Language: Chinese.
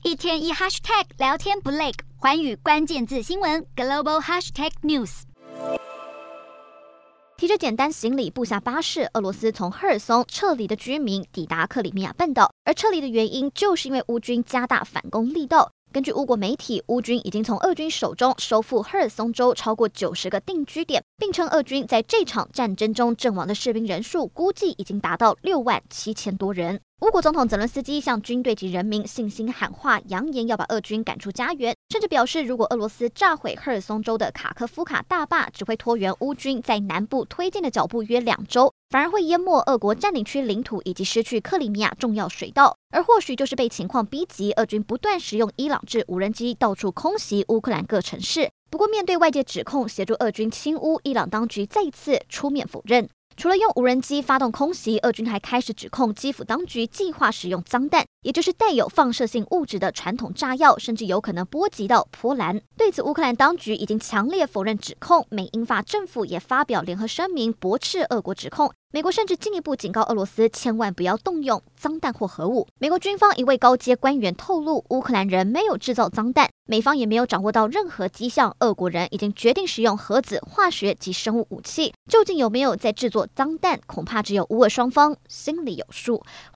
一天一 hashtag 聊天不累，寰宇关键字新闻 global hashtag news。 提着简单行李步下巴士，俄罗斯从赫尔松撤离的居民抵达克里米亚半岛，而撤离的原因就是因为乌军加大反攻力道。根据乌国媒体，乌军已经从俄军手中收复赫尔松州超过90个定居点，并称俄军在这场战争中阵亡的士兵人数估计已经达到67000多人。乌国总统泽伦斯基向军队及人民信心喊话，扬言要把俄军赶出家园，甚至表示，如果俄罗斯炸毁赫尔松州的卡科夫卡大坝，只会拖延乌军在南部推进的脚步约2周，反而会淹没俄国占领区领土以及失去克里米亚重要水道。而或许就是被情况逼急，俄军不断使用伊朗制无人机到处空袭乌克兰各城市。不过，面对外界指控协助俄军侵乌，伊朗当局再一次出面否认。除了用无人机发动空袭，俄军还开始指控基辅当局计划使用脏弹，也就是带有放射性物质的传统炸药，甚至有可能波及到波兰。对此，乌克兰当局已经强烈否认指控，美英法政府也发表联合声明驳斥俄国指控。美国甚至进一步警告俄罗斯千万不要动用脏弹或核武。美国军方一位高阶官员透露，乌克兰人没有制造脏弹，美方也没有掌握到任何迹象，俄国人已经决定使用核子、化学及生物武器。究竟有没有在制作脏弹，恐怕只有乌俄双方心里有数。